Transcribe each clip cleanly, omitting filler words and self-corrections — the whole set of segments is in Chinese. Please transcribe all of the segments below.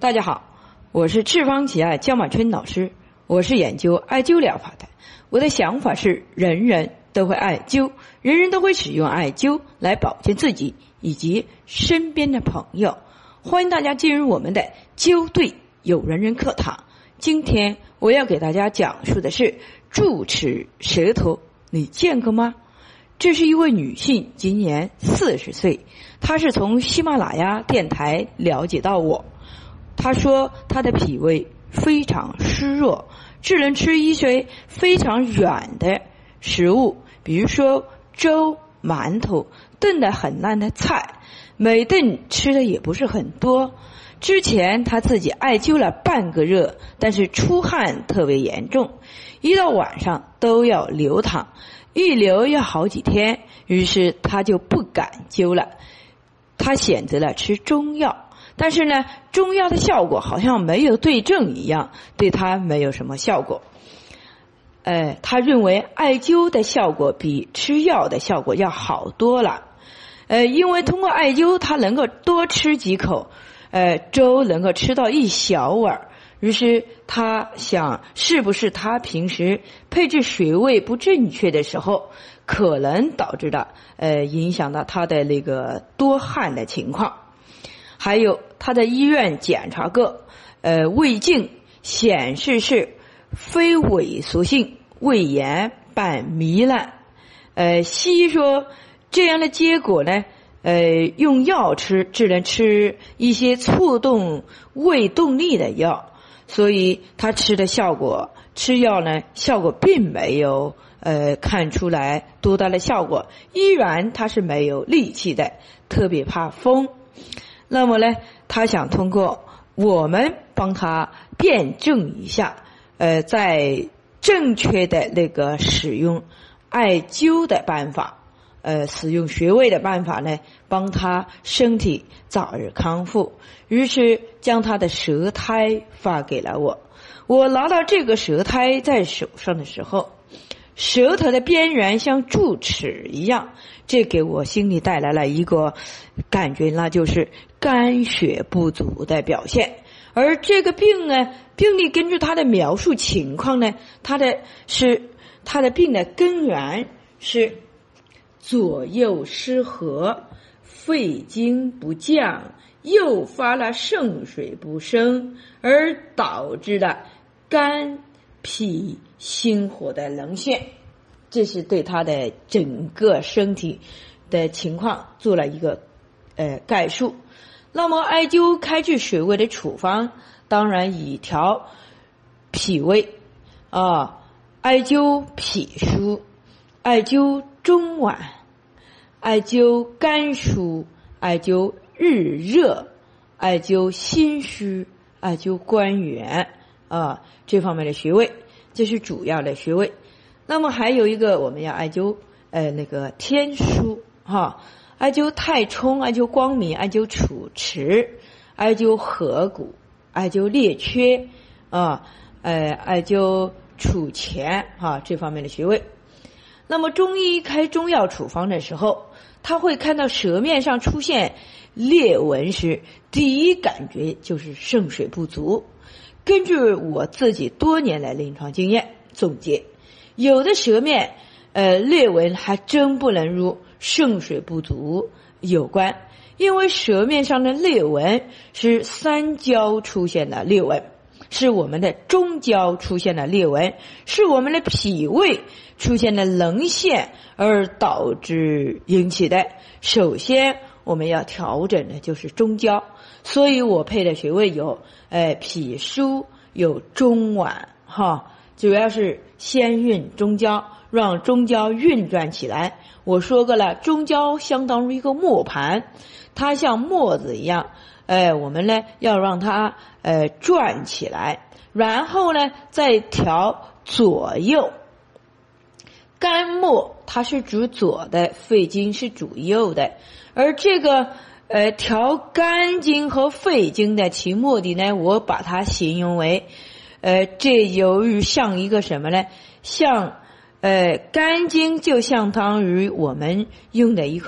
大家好，我是赤方奇艾焦满春老师，我是研究艾灸疗法的。我的想法是，人人都会艾灸，人人都会使用艾灸来保健自己以及身边的朋友。欢迎大家进入我们的灸对有人人课堂。今天我要给大家讲述的是住齿舌头，你见过吗？这是一位女性，今年40岁，她是从喜马拉雅电台了解到我。她说她的脾胃非常虚弱，只能吃一些非常软的食物，比如说粥、馒头，炖得很烂的菜，每顿吃的也不是很多。之前她自己艾灸了半个月，但是出汗特别严重，一到晚上都要流淌，一流要好几天，于是她就不敢灸了。她选择了吃中药，但是呢，中药的效果好像没有对症一样，对她没有什么效果。她认为艾灸的效果比吃药的效果要好多了。因为通过艾灸，她能够多吃几口，粥能够吃到一小碗。于是她想，是不是她平时配置穴位不正确的时候，可能导致的影响到她的那个多汗的情况。还有她在医院检查过，胃镜显示是非萎缩性胃炎伴糜烂。西医说这样的结果呢，用药吃只能吃一些促动胃动力的药，所以他吃药呢效果并没有看出来多大的效果，依然他是没有力气的，特别怕风。那么呢，他想通过我们帮他辩证一下，在正确的那个使用艾灸的办法，使用穴位的办法呢，帮他身体早日康复。于是将他的舌苔发给了我。我拿到这个舌苔在手上的时候，舌头的边缘像锯齿一样，这给我心里带来了一个感觉，那就是肝血不足的表现。而这个病呢，病例根据他的描述情况呢，他的病的根源是左右失和，肺经不降，诱发了肾水不生，而导致了肝脾心火的沦陷。这是对他的整个身体的情况做了一个概述。那么艾灸开治穴位的处方，当然以调脾胃艾灸脾腧，艾灸中脘，艾灸肝腧，艾灸日热，艾灸心虚，艾灸关元这方面的穴位，这是主要的穴位。那么还有一个我们要艾灸那个天枢艾灸太冲，艾灸光明，艾灸楚池，艾灸合谷，艾灸列缺艾灸楚前这方面的穴位。那么中医开中药处方的时候，他会看到舌面上出现裂纹时，第一感觉就是肾水不足。根据我自己多年来临床经验总结，有的舌面裂纹还真不能与肾水不足有关，因为舌面上的裂纹是三焦出现的裂纹，是我们的中焦出现的裂纹，是我们的脾胃出现的沦陷而导致引起的。首先我们要调整的就是中焦，所以我配的穴位有脾腧，有中脘主要是先运中焦，让中焦运转起来。我说过了，中焦相当于一个磨盘，它像磨子一样，我们呢要让它转起来，然后呢再调左右。肝末它是主左的，肺经是主右的，而这个调肝经和肺经的其目的呢，我把它形容为这由于像一个什么呢，像肝经就相当于我们用的一块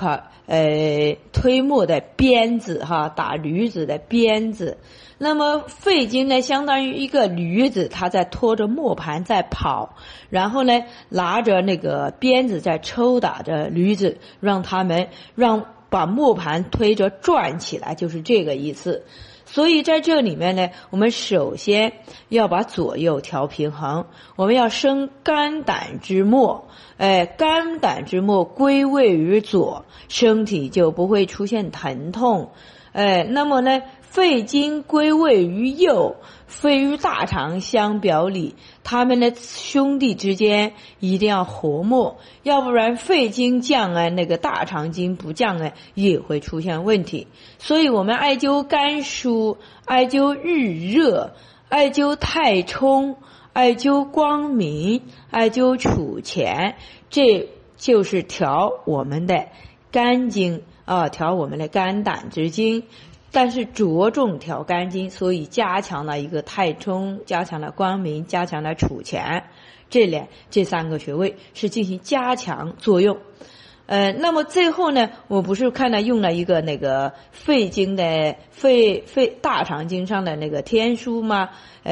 推磨的鞭子哈，打驴子的鞭子。那么肺经呢，相当于一个驴子，它在拖着磨盘在跑，然后呢拿着那个鞭子在抽打着驴子，让把磨盘推着转起来，就是这个意思。所以在这里面呢，我们首先要把左右调平衡，我们要生肝胆之末，肝胆之末归位于左，身体就不会出现疼痛。那么呢，肺经归位于右，肺与大肠相表里，他们的兄弟之间一定要和睦，要不然肺经降那个大肠经不降也会出现问题。所以我们艾灸肝腧、艾灸日热、艾灸太冲、艾灸光明、艾灸储前，这就是调我们的肝经调我们的肝胆之经。但是着重调肝经，所以加强了一个太冲，加强了光明，加强了储前，这三个穴位是进行加强作用。那么最后呢，我不是看到用了一个那个肺经的大肠经上的那个天枢吗？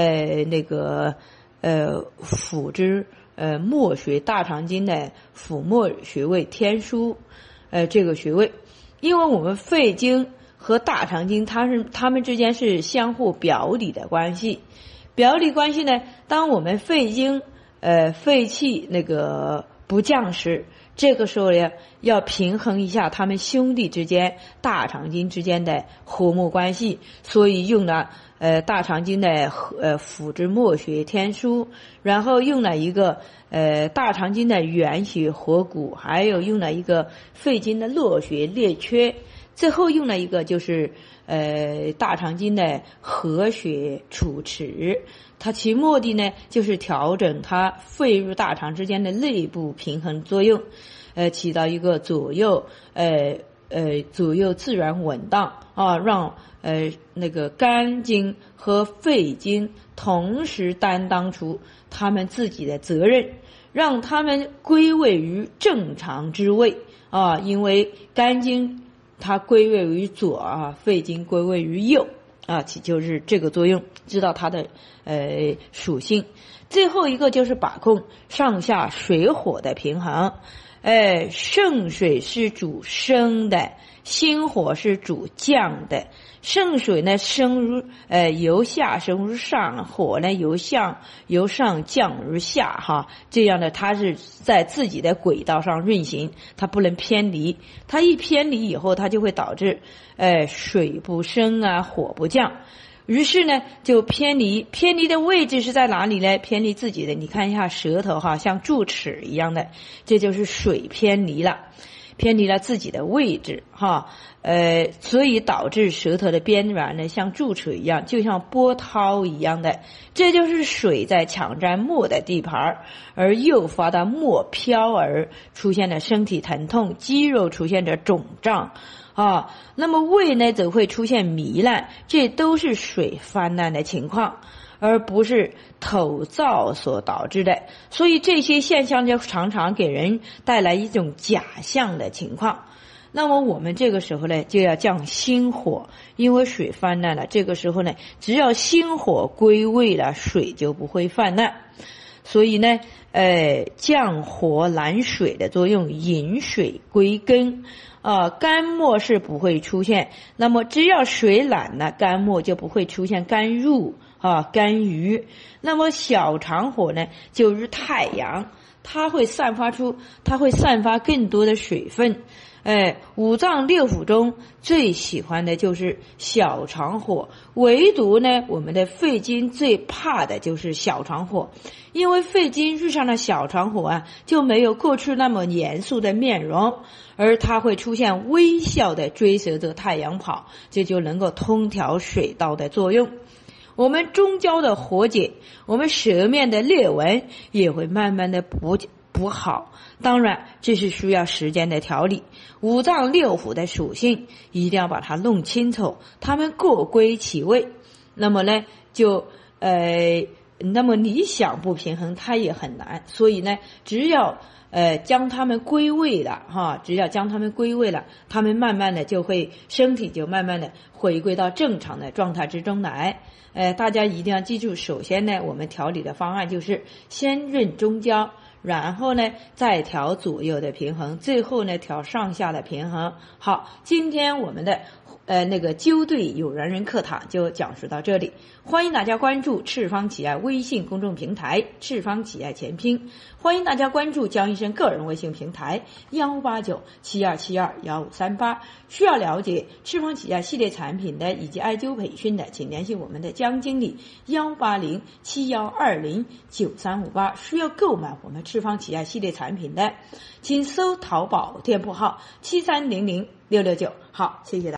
腑之末穴，大肠经的腑末穴位天枢，这个穴位，因为我们肺经和大肠经它们之间是相互表里的关系。表里关系呢，当我们肺经肺气那个不降时，这个时候呢要平衡一下他们兄弟之间大肠经之间的和睦关系，所以用了大肠经的腑之末穴天枢，然后用了一个大肠经的原穴合谷，还有用了一个肺经的络穴列缺，最后用了一个就是大肠经的合穴储池，它其目的呢就是调整它肺入大肠之间的内部平衡作用，起到一个左右自然稳当让那个肝经和肺经同时担当出他们自己的责任，让他们归位于正常之位因为肝经它归位于左肺经归位于右起就是这个作用，知道它的属性。最后一个就是把控上下水火的平衡。肾水是主升的，心火是主降的。肾水呢由下升入上，火呢由上降入下这样的它是在自己的轨道上运行，它不能偏离，它一偏离以后它就会导致水不升火不降。于是呢就偏离的位置是在哪里呢？偏离自己的，你看一下舌头像锯齿一样的，这就是水偏离了自己的位置所以导致舌头的边缘呢像锯齿一样，就像波涛一样的，这就是水在抢占末的地盘，而诱发的末飘而出现了身体疼痛，肌肉出现着肿胀那么胃呢则会出现糜烂，这都是水泛滥的情况，而不是头燥所导致的。所以这些现象就常常给人带来一种假象的情况。那么我们这个时候呢就要降心火，因为水泛滥了，这个时候呢只要心火归位了，水就不会泛滥。所以呢降火揽水的作用，引水归根肝末是不会出现，那么只要水揽了，肝末就不会出现肝郁肝郁。那么小肠火呢就如太阳，它会散发更多的水分。五脏六腑中最喜欢的就是小肠火，唯独呢我们的肺经最怕的就是小肠火，因为肺经遇上了小肠火就没有过去那么严肃的面容，而它会出现微笑的追随着太阳跑，这就能够通调水道的作用。我们中焦的火解，我们舌面的裂纹也会慢慢的补好，当然这是需要时间的调理。五脏六腑的属性一定要把它弄清楚，它们各归其位，那么呢那么你想不平衡它也很难。所以呢只要将它们归位了哈，只要将它们归位了，它们慢慢的身体就慢慢的回归到正常的状态之中来。大家一定要记住，首先呢，我们调理的方案就是先润中焦，然后呢再调左右的平衡，最后呢调上下的平衡。好，今天我们的灸对有缘人课堂就讲述到这里，欢迎大家关注赤方企业微信公众平台赤方企业全拼，欢迎大家关注江医生个人微信平台18972721538。需要了解赤方企业系列产品的以及艾灸培训的，请联系我们的江经理18071209358。需要购买我们赤方企业系列产品的，请搜淘宝店铺号73006669。好，谢谢大家。